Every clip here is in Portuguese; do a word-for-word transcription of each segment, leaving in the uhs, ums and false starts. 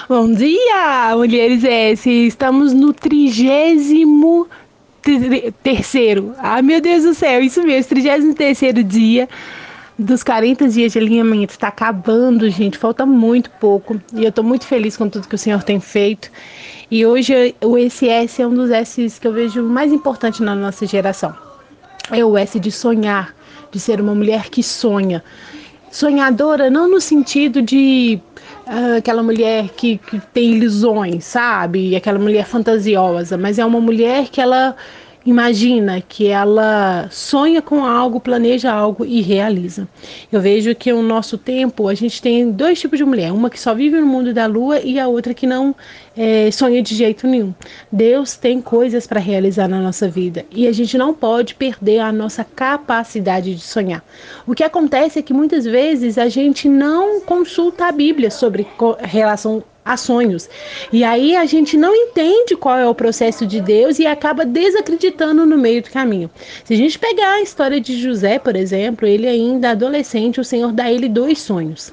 Bom dia, Mulheres S. Estamos no trigésimo terceiro. Ah, meu Deus do céu, isso mesmo, trigésimo terceiro dia dos quarenta dias de alinhamento. Está acabando, gente, falta muito pouco. E eu estou muito feliz com tudo que o Senhor tem feito. E hoje o esse S é um dos S's que eu vejo mais importante na nossa geração. É o S de sonhar, de ser uma mulher que sonha. Sonhadora não no sentido de uh, aquela mulher que, que tem ilusões, sabe? Aquela mulher fantasiosa, mas é uma mulher que ela imagina, que ela sonha com algo, planeja algo e realiza. Eu vejo que no nosso tempo a gente tem dois tipos de mulher, uma que só vive no mundo da lua e a outra que não é, sonha de jeito nenhum. Deus tem coisas para realizar na nossa vida e a gente não pode perder a nossa capacidade de sonhar. O que acontece é que muitas vezes a gente não consulta a Bíblia sobre relação a sonhos. E aí a gente não entende qual é o processo de Deus e acaba desacreditando no meio do caminho. Se a gente pegar a história de José, por exemplo, ele ainda adolescente, o Senhor dá a ele dois sonhos.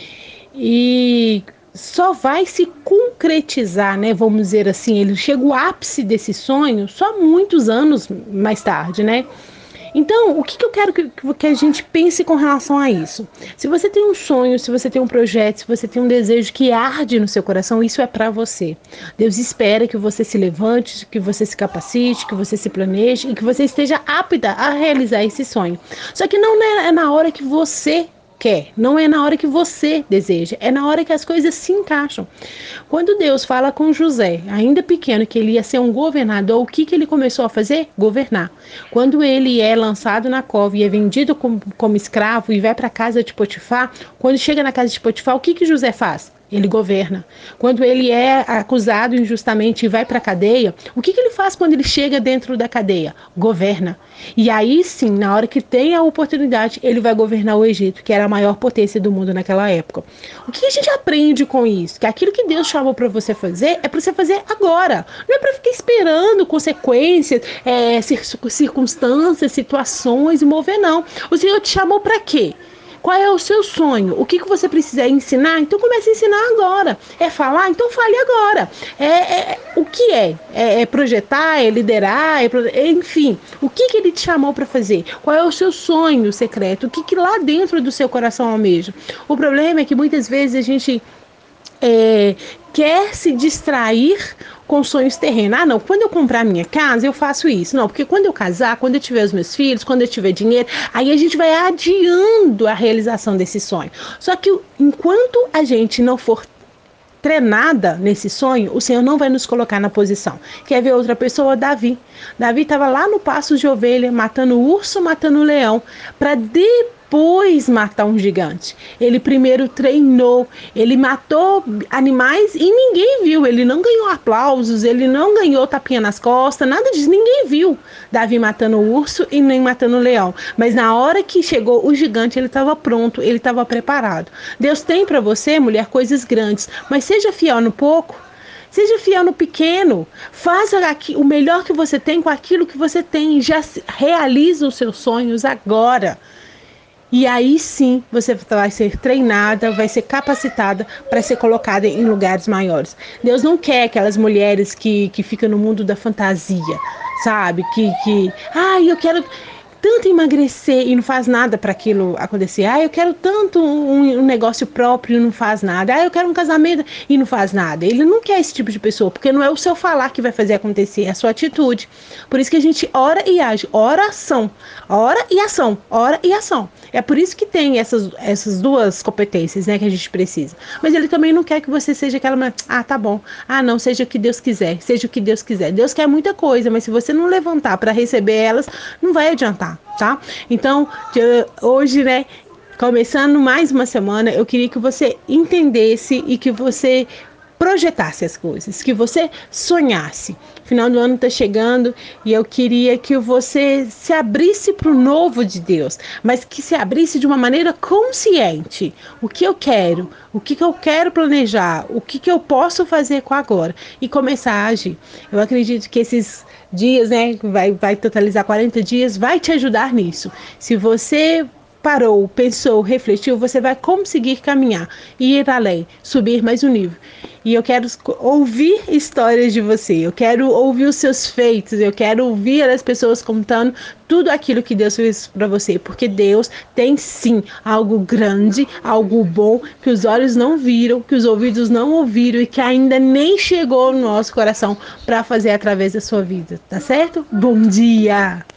E só vai se concretizar, né? Vamos dizer assim, ele chega ao ápice desse sonho só muitos anos mais tarde, né? Então, o que, que eu quero que, que a gente pense com relação a isso? Se você tem um sonho, se você tem um projeto, se você tem um desejo que arde no seu coração, isso é para você. Deus espera que você se levante, que você se capacite, que você se planeje e que você esteja apta a realizar esse sonho. Só que não é na hora que você quer, não é na hora que você deseja, é na hora que as coisas se encaixam. Quando Deus fala com José, ainda pequeno, que ele ia ser um governador, o que, que ele começou a fazer? Governar. Quando ele é lançado na cova e é vendido como, como escravo e vai para a casa de Potifar, quando chega na casa de Potifar, o que, que José faz? Ele governa. Quando ele é acusado injustamente e vai para a cadeia, o que, que ele faz quando ele chega dentro da cadeia? Governa. E aí sim, na hora que tem a oportunidade, ele vai governar o Egito, que era a maior potência do mundo naquela época. O que a gente aprende com isso? Que aquilo que Deus chamou para você fazer é para você fazer agora. Não é para ficar esperando consequências, é, circunstâncias, situações e mover, não. O Senhor te chamou para quê? Qual é o seu sonho? O que, que você precisa ensinar? Então comece a ensinar agora. É falar? Então fale agora. É, é, o que é? É, é projetar? É liderar? É, é, enfim, o que, que ele te chamou para fazer? Qual é o seu sonho secreto? O que, que lá dentro do seu coração almeja? O problema é que muitas vezes a gente é, quer se distrair com sonhos terrenos. Ah, não, quando eu comprar minha casa, eu faço isso. Não, porque quando eu casar, quando eu tiver os meus filhos, quando eu tiver dinheiro, aí a gente vai adiando a realização desse sonho. Só que enquanto a gente não for treinada nesse sonho, o Senhor não vai nos colocar na posição. Quer ver outra pessoa? Davi. Davi estava lá no pasto de ovelha, matando urso, matando leão, para depois matar um gigante. Ele primeiro treinou, ele matou animais e ninguém viu. Ele não ganhou aplausos, ele não ganhou tapinha nas costas, nada disso, ninguém viu Davi matando o urso e nem matando o leão. Mas na hora que chegou o gigante, ele estava pronto, ele estava preparado. Deus tem para você, mulher, coisas grandes, mas seja fiel no pouco. Seja fiel no pequeno, faça aqui, o melhor que você tem com aquilo que você tem, já realiza os seus sonhos agora. E aí sim você vai ser treinada, vai ser capacitada para ser colocada em lugares maiores. Deus não quer aquelas mulheres que, que ficam no mundo da fantasia, sabe? Que, que ai, eu quero tanto emagrecer e não faz nada para aquilo acontecer. Ah, eu quero tanto um, um negócio próprio e não faz nada. Ah, eu quero um casamento e não faz nada. Ele não quer esse tipo de pessoa, porque não é o seu falar que vai fazer acontecer, é a sua atitude. Por isso que a gente ora e age. Oração. Ora e ação. Ora e ação. É por isso que tem essas, essas duas competências, né, que a gente precisa. Mas ele também não quer que você seja aquela... Ah, tá bom. Ah, não, seja o que Deus quiser. Seja o que Deus quiser. Deus quer muita coisa, mas se você não levantar para receber elas, não vai adiantar. Tá? Então, hoje, né, começando mais uma semana, eu queria que você entendesse e que você projetasse as coisas, que você sonhasse. O final do ano está chegando e eu queria que você se abrisse para o novo de Deus, mas que se abrisse de uma maneira consciente. O que eu quero, o que, que eu quero planejar, o que, que eu posso fazer com agora e começar a agir. Eu acredito que esses dias, né, vai, vai totalizar quarenta dias, vai te ajudar nisso. Se você parou, pensou, refletiu, você vai conseguir caminhar e ir além, subir mais um nível. E eu quero ouvir histórias de você, eu quero ouvir os seus feitos, eu quero ouvir as pessoas contando tudo aquilo que Deus fez para você, porque Deus tem sim algo grande, algo bom, que os olhos não viram, que os ouvidos não ouviram e que ainda nem chegou no nosso coração para fazer através da sua vida, tá certo? Bom dia!